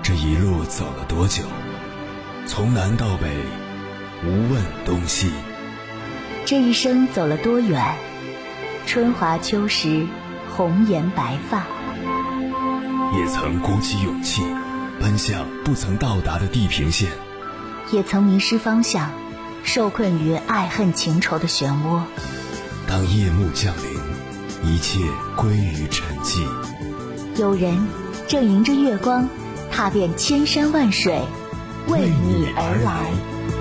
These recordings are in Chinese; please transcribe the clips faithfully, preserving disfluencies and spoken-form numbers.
这一路走了多久？从南到北，无问东西。 这一生走了多远？春华秋实，红颜白发。 也曾鼓起勇气，奔向不曾到达的地平线。 也曾迷失方向，受困于爱恨情仇的漩涡。 当夜幕降临，一切归于沉寂。 有人正迎着月光，踏遍千山万水，为你而来。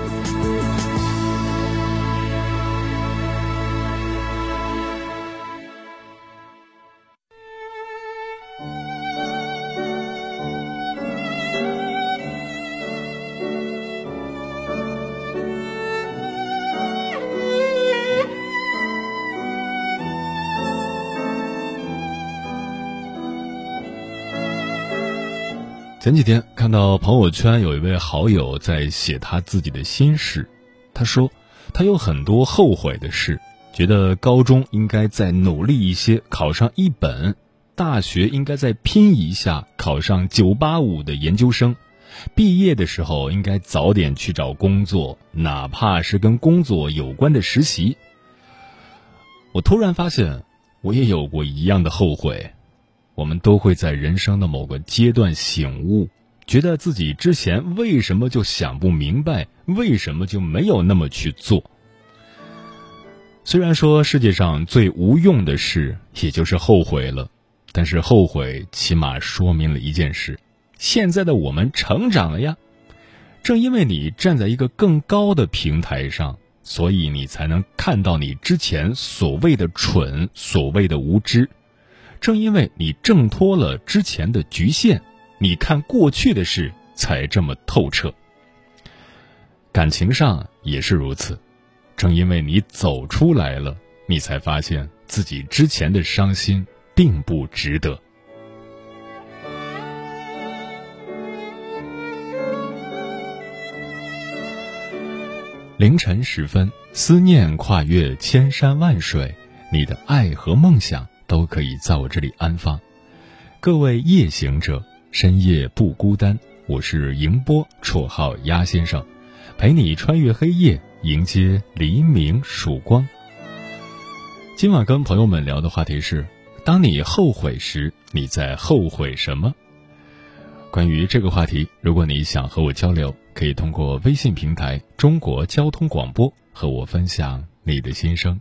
前几天看到朋友圈有一位好友在写他自己的心事，他说他有很多后悔的事，觉得高中应该再努力一些考上一本，大学应该再拼一下考上九八五的研究生，毕业的时候应该早点去找工作，哪怕是跟工作有关的实习。我突然发现我也有过一样的后悔。我们都会在人生的某个阶段醒悟，觉得自己之前为什么就想不明白，为什么就没有那么去做。虽然说世界上最无用的事也就是后悔了，但是后悔起码说明了一件事：现在的我们成长了呀。正因为你站在一个更高的平台上，所以你才能看到你之前所谓的蠢，所谓的无知。正因为你挣脱了之前的局限，你看过去的事才这么透彻。感情上也是如此，正因为你走出来了，你才发现自己之前的伤心并不值得。凌晨时分，思念跨越千山万水，你的爱和梦想都可以在我这里安放。各位夜行者，深夜不孤单，我是迎波，绰号鸭先生，陪你穿越黑夜，迎接黎明曙光。今晚跟朋友们聊的话题是：当你后悔时，你在后悔什么？关于这个话题，如果你想和我交流，可以通过微信平台中国交通广播和我分享你的心声。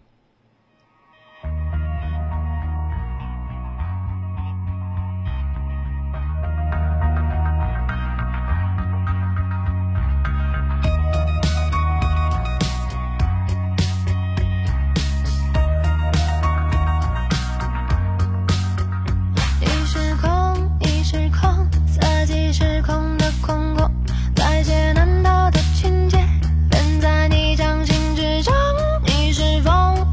在你掌心之中，你是否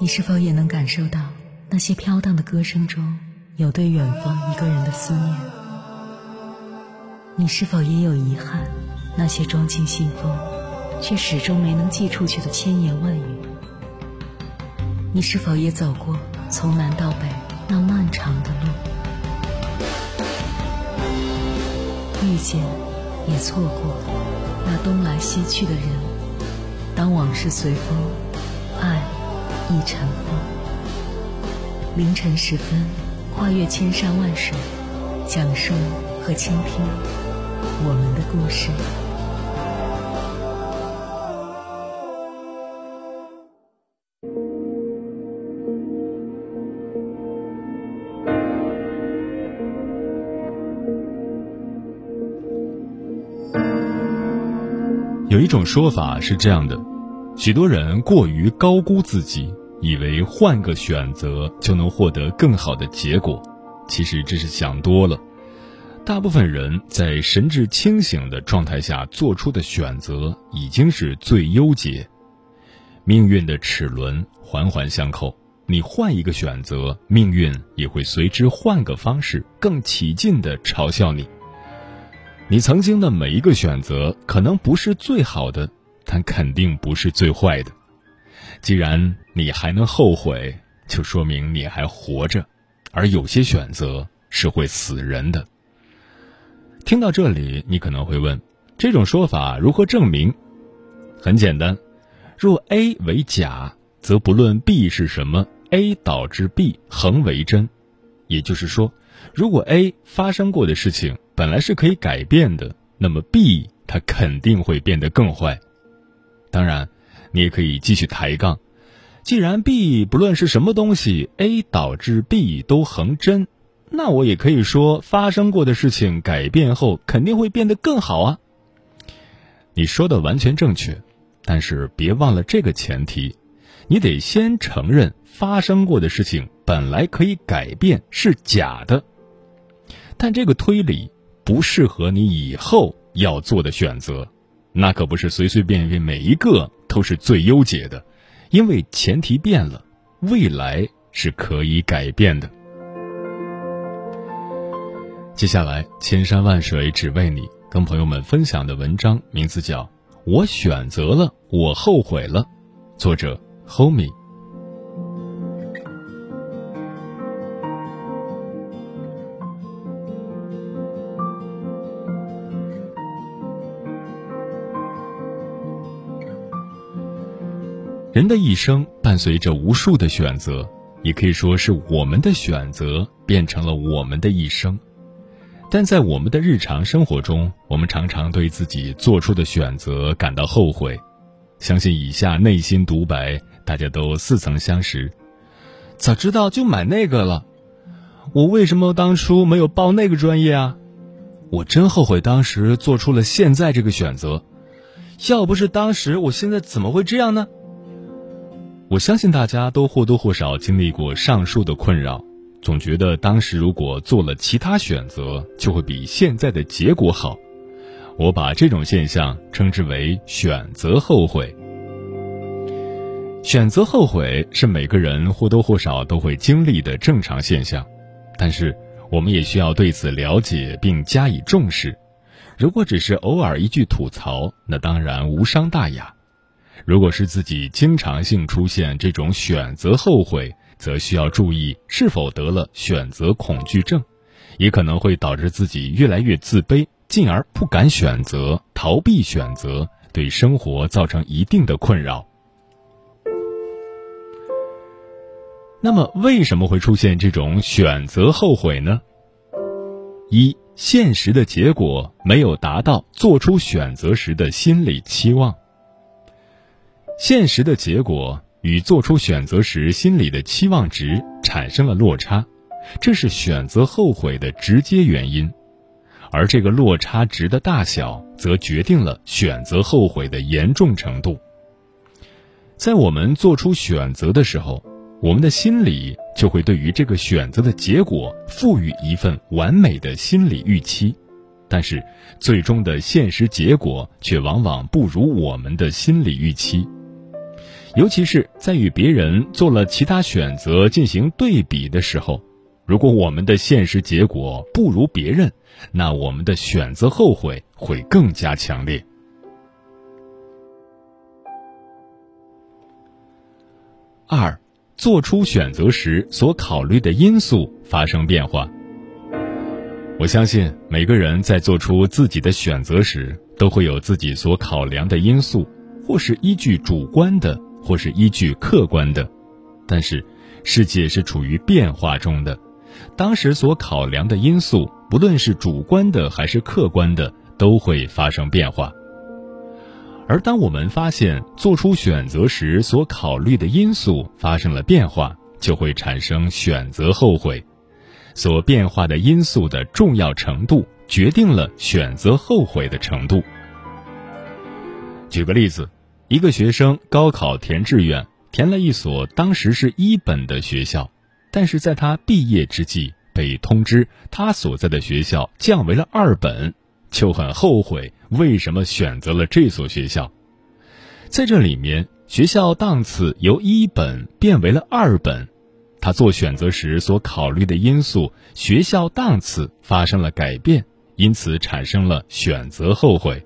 是否也能感受到那些飘荡的歌声中有对远方一个人的思念？你是否也有遗憾，那些装进信封却始终没能寄出去的千言万语？你是否也走过从南到北那漫长的路？遇见也错过那东来西去的人，当往事随风，爱亦尘封。凌晨时分，跨越千山万水，讲述和倾听我们的故事。 有一种说法是这样的，许多人过于高估自己，以为换个选择就能获得更好的结果，其实这是想多了。大部分人在神志清醒的状态下做出的选择已经是最优解。命运的齿轮环环相扣，你换一个选择，命运也会随之换个方式更起劲地嘲笑你。你曾经的每一个选择可能不是最好的，但肯定不是最坏的。既然你还能后悔，就说明你还活着，而有些选择是会死人的。听到这里，你可能会问，这种说法如何证明？很简单，若 A 为假，则不论 B 是什么， A 导致 B 恒为真。也就是说，如果 A 发生过的事情本来是可以改变的，那么 B 它肯定会变得更坏。当然，你也可以继续抬杠，既然 B 不论是什么东西 A 导致 B 都恒真，那我也可以说发生过的事情改变后肯定会变得更好啊。你说的完全正确，但是别忘了这个前提，你得先承认发生过的事情本来可以改变是假的，但这个推理不适合你以后要做的选择，那可不是随随便便每一个都是最优解的，因为前提变了，未来是可以改变的。接下来，千山万水只为你，跟朋友们分享的文章名字叫《我选择了，我后悔了》，作者 Homie。人的一生伴随着无数的选择，也可以说是我们的选择变成了我们的一生。但在我们的日常生活中，我们常常对自己做出的选择感到后悔。相信以下内心独白大家都似曾相识。早知道就买那个了，我为什么当初没有报那个专业啊？我真后悔当时做出了现在这个选择，要不是当时，我现在怎么会这样呢？我相信大家都或多或少经历过上述的困扰，总觉得当时如果做了其他选择，就会比现在的结果好。我把这种现象称之为选择后悔。选择后悔是每个人或多或少都会经历的正常现象，但是我们也需要对此了解并加以重视。如果只是偶尔一句吐槽，那当然无伤大雅。如果是自己经常性出现这种选择后悔，则需要注意是否得了选择恐惧症，也可能会导致自己越来越自卑，进而不敢选择，逃避选择，对生活造成一定的困扰。那么为什么会出现这种选择后悔呢？一、现实的结果没有达到做出选择时的心理期望。现实的结果与做出选择时心理的期望值产生了落差，这是选择后悔的直接原因，而这个落差值的大小则决定了选择后悔的严重程度。在我们做出选择的时候，我们的心理就会对于这个选择的结果赋予一份完美的心理预期，但是最终的现实结果却往往不如我们的心理预期。 尤其是在与别人做了其他选择进行对比的时候，如果我们的现实结果不如别人，那我们的选择后悔会更加强烈。二，做出选择时所考虑的因素发生变化。我相信每个人在做出自己的选择时，都会有自己所考量的因素，或是依据主观的，或是依据客观的。但是世界是处于变化中的，当时所考量的因素，不论是主观的还是客观的，都会发生变化。而当我们发现做出选择时所考虑的因素发生了变化，就会产生选择后悔。所变化的因素的重要程度，决定了选择后悔的程度。举个例子，一个学生高考填志愿，填了一所当时是一本的学校，但是在他毕业之际被通知他所在的学校降为了二本，就很后悔为什么选择了这所学校。在这里面，学校档次由一本变为了二本，他做选择时所考虑的因素，学校档次发生了改变，因此产生了选择后悔。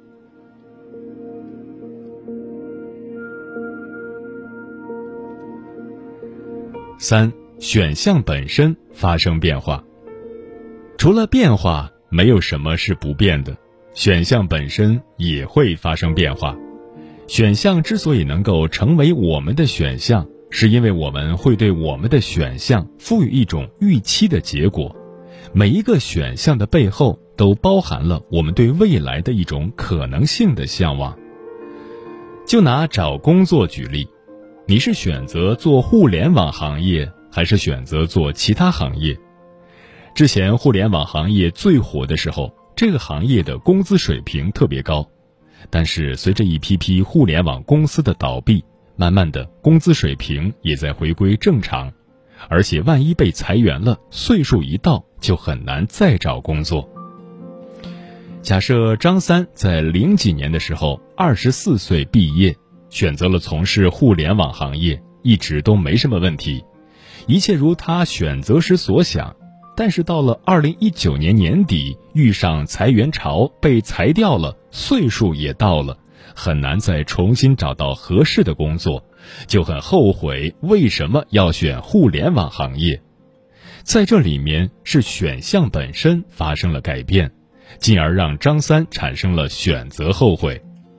三，选项本身发生变化。除了变化，没有什么是不变的，选项本身也会发生变化。选项之所以能够成为我们的选项，是因为我们会对我们的选项赋予一种预期的结果。每一个选项的背后都包含了我们对未来的一种可能性的向往。就拿找工作举例，你是选择做互联网行业，还是选择做其他行业？之前互联网行业最火的时候，这个行业的工资水平特别高，但是随着一批批互联网公司的倒闭，慢慢的工资水平也在回归正常，而且万一被裁员了，岁数一到就很难再找工作。假设张三在零几年的时候二十四岁毕业，选择了从事互联网行业，一直都没什么问题，一切如他选择时所想。但是到了二零一九年年底，遇上裁员潮，被裁掉了，岁数也到了，很难再重新找到合适的工作，就很后悔为什么要选互联网行业。在这里面是选项本身发生了改变，进而让张三产生了选择后悔。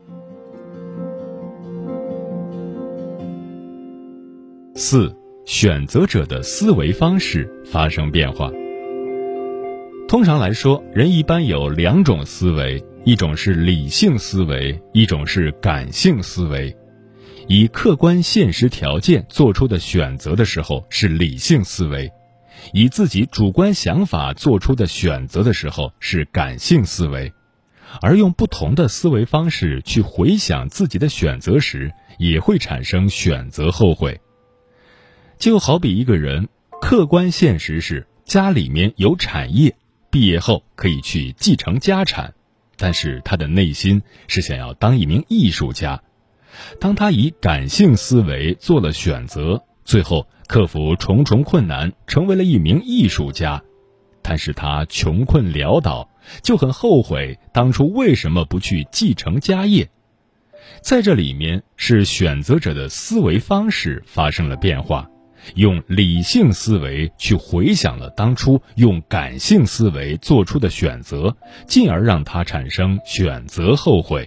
四，选择者的思维方式发生变化。通常来说，人一般有两种思维，一种是理性思维，一种是感性思维。以客观现实条件做出的选择的时候是理性思维，以自己主观想法做出的选择的时候是感性思维。而用不同的思维方式去回想自己的选择时，也会产生选择后悔。就好比一个人，客观现实是家里面有产业，毕业后可以去继承家产，但是他的内心是想要当一名艺术家。当他以感性思维做了选择，最后克服重重困难，成为了一名艺术家，但是他穷困潦倒，就很后悔当初为什么不去继承家业。在这里面是选择者的思维方式发生了变化，用理性思维去回想了当初用感性思维做出的选择，进而让他产生选择后悔。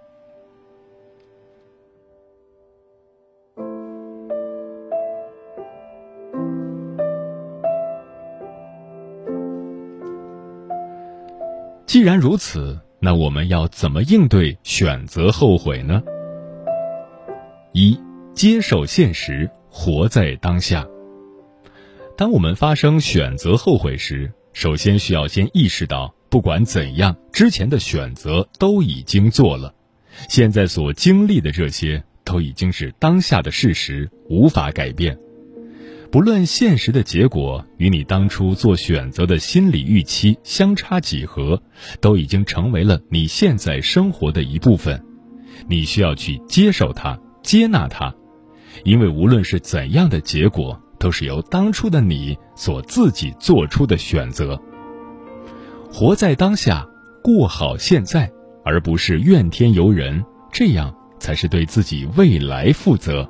既然如此，那我们要怎么应对选择后悔呢？一，接受现实，活在当下。当我们发生选择后悔时，首先需要先意识到，不管怎样，之前的选择都已经做了，现在所经历的这些都已经是当下的事实，无法改变。不论现实的结果与你当初做选择的心理预期相差几何，都已经成为了你现在生活的一部分。你需要去接受它，接纳它。 因为无论是怎样的结果，都是由当初的你所自己做出的选择。活在当下，过好现在，而不是怨天尤人，这样才是对自己未来负责。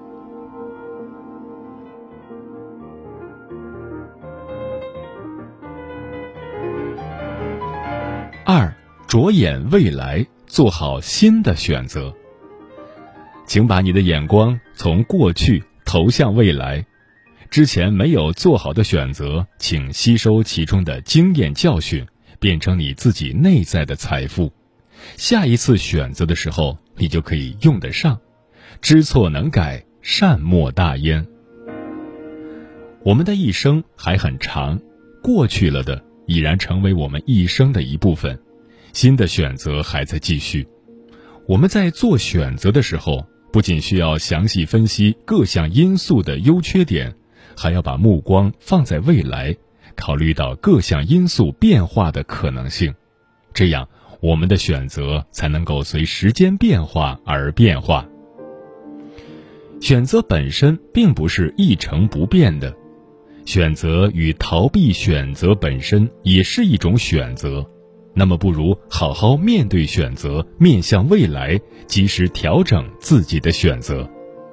二，着眼未来，做好新的选择。请把你的眼光从过去投向未来，之前没有做好的选择，请吸收其中的经验教训，变成你自己内在的财富。下一次选择的时候，你就可以用得上。知错能改，善莫大焉。我们的一生还很长，过去了的已然成为我们一生的一部分，新的选择还在继续。我们在做选择的时候，不仅需要详细分析各项因素的优缺点，还要把目光放在未来，考虑到各项因素变化的可能性，这样我们的选择才能够随时间变化而变化。选择本身并不是一成不变的，选择与逃避选择本身也是一种选择，那么不如好好面对选择，面向未来，及时调整自己的选择。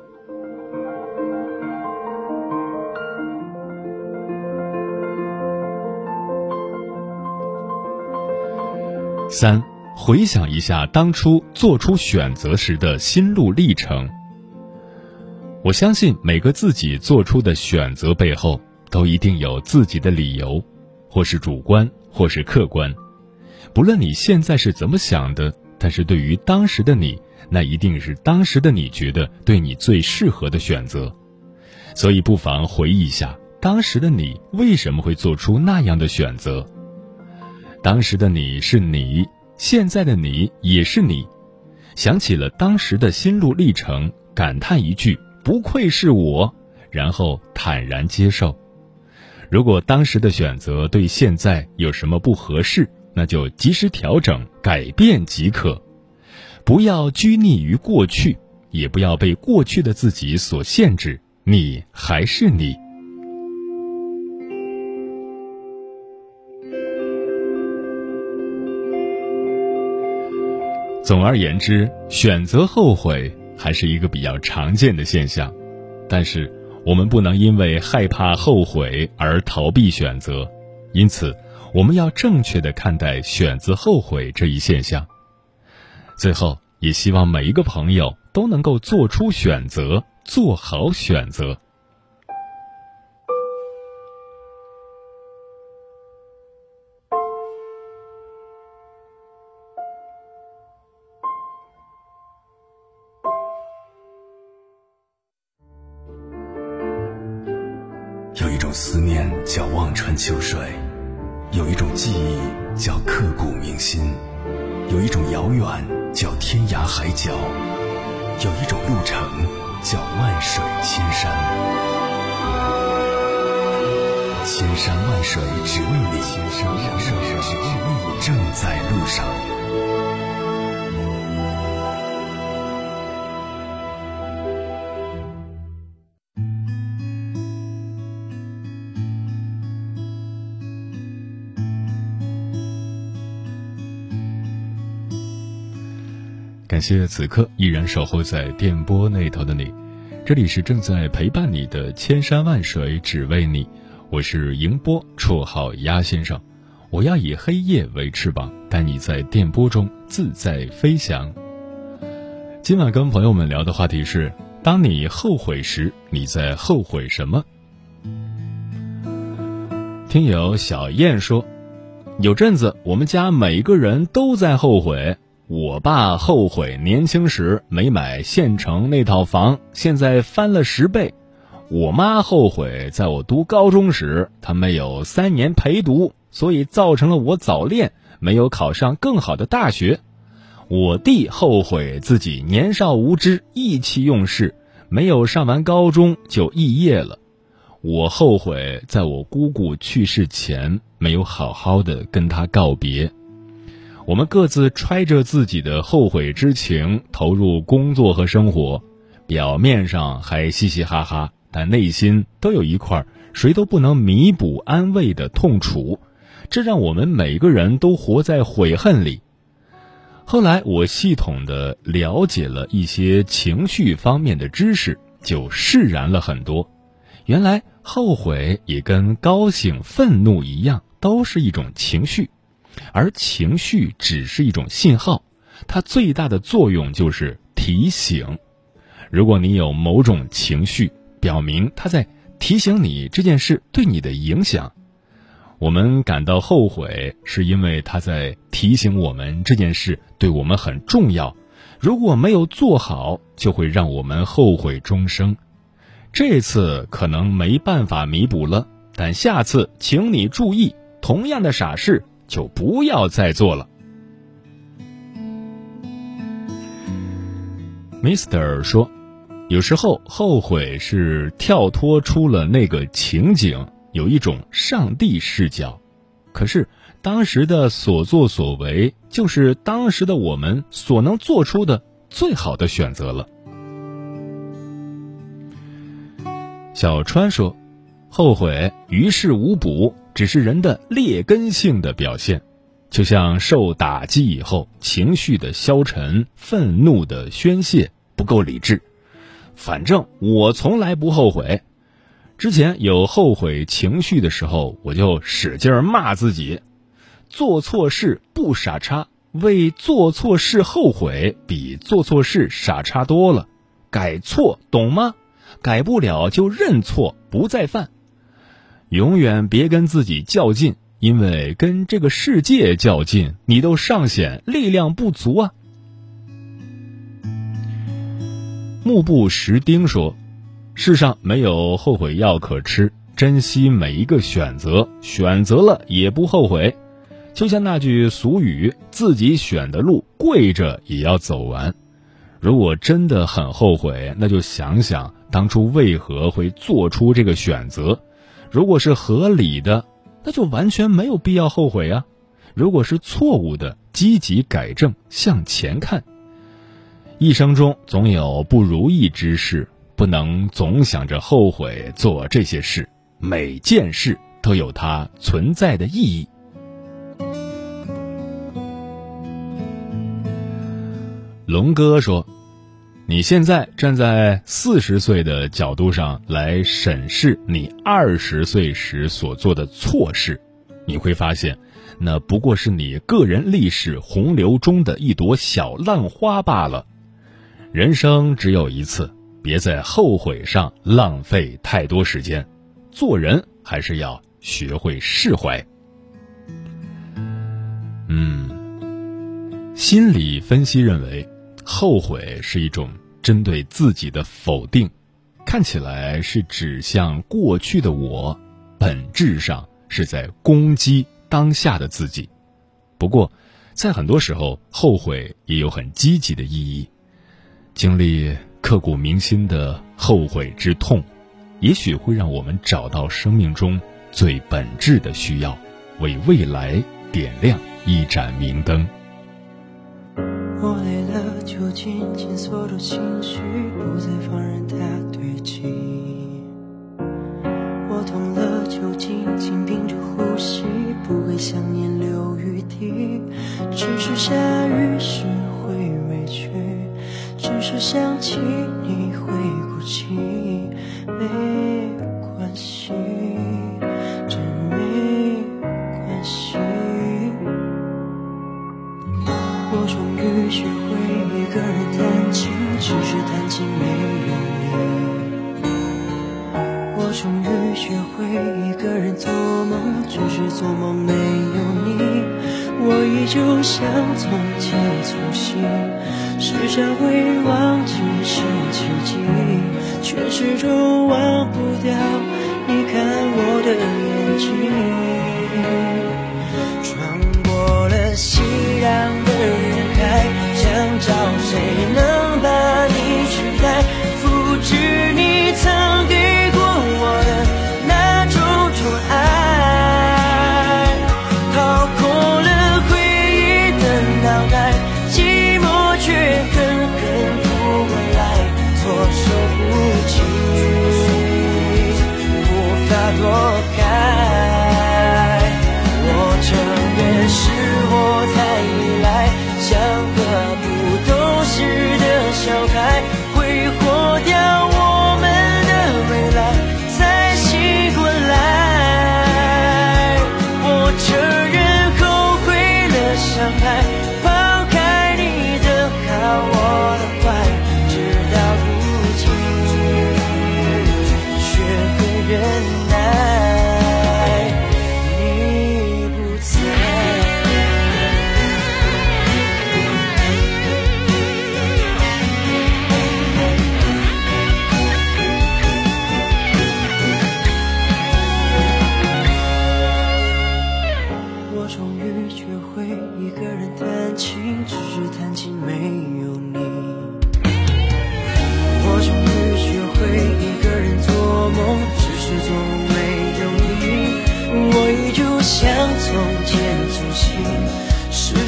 三，回想一下当初做出选择时的心路历程。我相信每个自己做出的选择背后，都一定有自己的理由，或是主观，或是客观。不论你现在是怎么想的，但是对于当时的你，那一定是当时的你觉得对你最适合的选择。所以不妨回忆一下，当时的你为什么会做出那样的选择。当时的你是你，现在的你也是你。想起了当时的心路历程，感叹一句不愧是我，然后坦然接受。如果当时的选择对现在有什么不合适，那就及时调整改变即可。不要拘泥于过去，也不要被过去的自己所限制，你还是你。总而言之，选择后悔还是一个比较常见的现象，但是我们不能因为害怕后悔而逃避选择，因此我们要正确地看待选择后悔这一现象。最后，也希望每一个朋友都能够做出选择，做好选择。 有一种思念叫望穿秋水，有一种记忆叫刻骨铭心，有一种遥远叫天涯海角，有一种路程叫万水千山。千山万水只为你，千山万水只为你，正在路上。 感谢此刻依然守候在电波那头的你，这里是正在陪伴你的千山万水只为你，我是迎波，绰号鸭先生。我要以黑夜为翅膀，带你在电波中自在飞翔。今晚跟朋友们聊的话题是，当你后悔时，你在后悔什么？听友小燕说，有阵子我们家每个人都在后悔。我爸后悔年轻时没买县城那套房，现在翻了十倍。我妈后悔在我读高中时，她没有三年陪读，所以造成了我早恋，没有考上更好的大学。我弟后悔自己年少无知，意气用事，没有上完高中就肄业了。我后悔在我姑姑去世前，没有好好的跟她告别。我们各自揣着自己的后悔之情投入工作和生活， 表面上还嘻嘻哈哈，但内心都有一块谁都不能弥补安慰的痛楚，这让我们每个人都活在悔恨里。后来我系统地了解了一些情绪方面的知识，就释然了很多。原来后悔也跟高兴、愤怒一样，都是一种情绪，而情绪只是一种信号，它最大的作用就是提醒。如果你有某种情绪，表明它在提醒你这件事对你的影响。我们感到后悔，是因为它在提醒我们这件事对我们很重要，如果没有做好，就会让我们后悔终生。这次可能没办法弥补了，但下次请你注意，同样的傻事就不要再做了。Mister 说，有时候后悔是跳脱出了那个情景，有一种上帝视角，可是当时的所作所为就是当时的我们所能做出的最好的选择了。小川说，后悔于事无补，只是人的劣根性的表现，就像受打击以后情绪的消沉，愤怒的宣泄，不够理智。反正我从来不后悔，之前有后悔情绪的时候，我就使劲骂自己，做错事不傻叉，为做错事后悔比做错事傻叉多了，改错懂吗？改不了就认错，不再犯。永远别跟自己较劲，因为跟这个世界较劲，你都尚显力量不足啊。目不识丁说，世上没有后悔药可吃，珍惜每一个选择，选择了也不后悔。就像那句俗语，自己选的路跪着也要走完。如果真的很后悔，那就想想当初为何会做出这个选择，如果是合理的，那就完全没有必要后悔啊。如果是错误的，积极改正，向前看。一生中总有不如意之事，不能总想着后悔做这些事，每件事都有它存在的意义。龙哥说，你现在站在四十岁的角度上来审视你二十岁时所做的错事，你会发现那不过是你个人历史洪流中的一朵小浪花罢了。人生只有一次，别在后悔上浪费太多时间，做人还是要学会释怀。嗯，心理分析认为，后悔是一种针对自己的否定，看起来是指向过去的我，本质上是在攻击当下的自己。不过在很多时候，后悔也有很积极的意义。经历刻骨铭心的后悔之痛，也许会让我们找到生命中最本质的需要，为未来点亮一盏明灯。 我累了，就紧紧锁住情绪，不再放任它堆积。我痛了，就紧紧屏住呼吸，不为想念流雨滴。只是下雨时会委屈，只是想起你会哭泣。没关系，真没关系。我终于学会一个人弹琴，只是弹琴没有你。我终于学会一个人做梦，只是做梦没有你。我依旧像从前从新，时常会忘记是奇迹，却始终忘不掉你看我的眼睛。穿过了熙攘的人海，想找谁能把你取代，复制你曾给过我的那种宠爱，掏空了回忆的脑袋，寂寞却狠狠扑过来，错失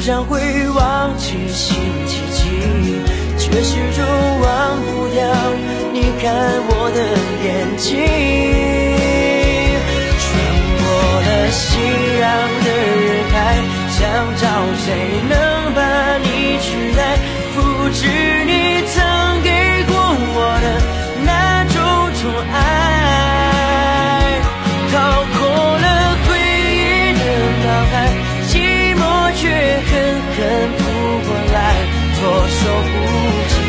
常会忘记星期几，却始终忘不掉你看我的眼睛。穿过了熙攘的人海，想找谁能把你取代，复制你曾给过我的那种宠爱，逃过了回忆的脑海，寂寞却狠狠扑过来，措手不及，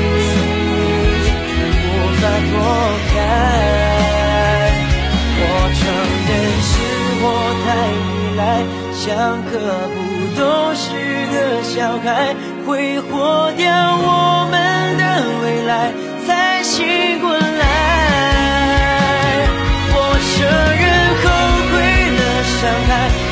无法躲开。我承认是我太依赖，像个不懂事的小孩，挥霍掉我们的未来，才醒过来。我承认后悔了伤害，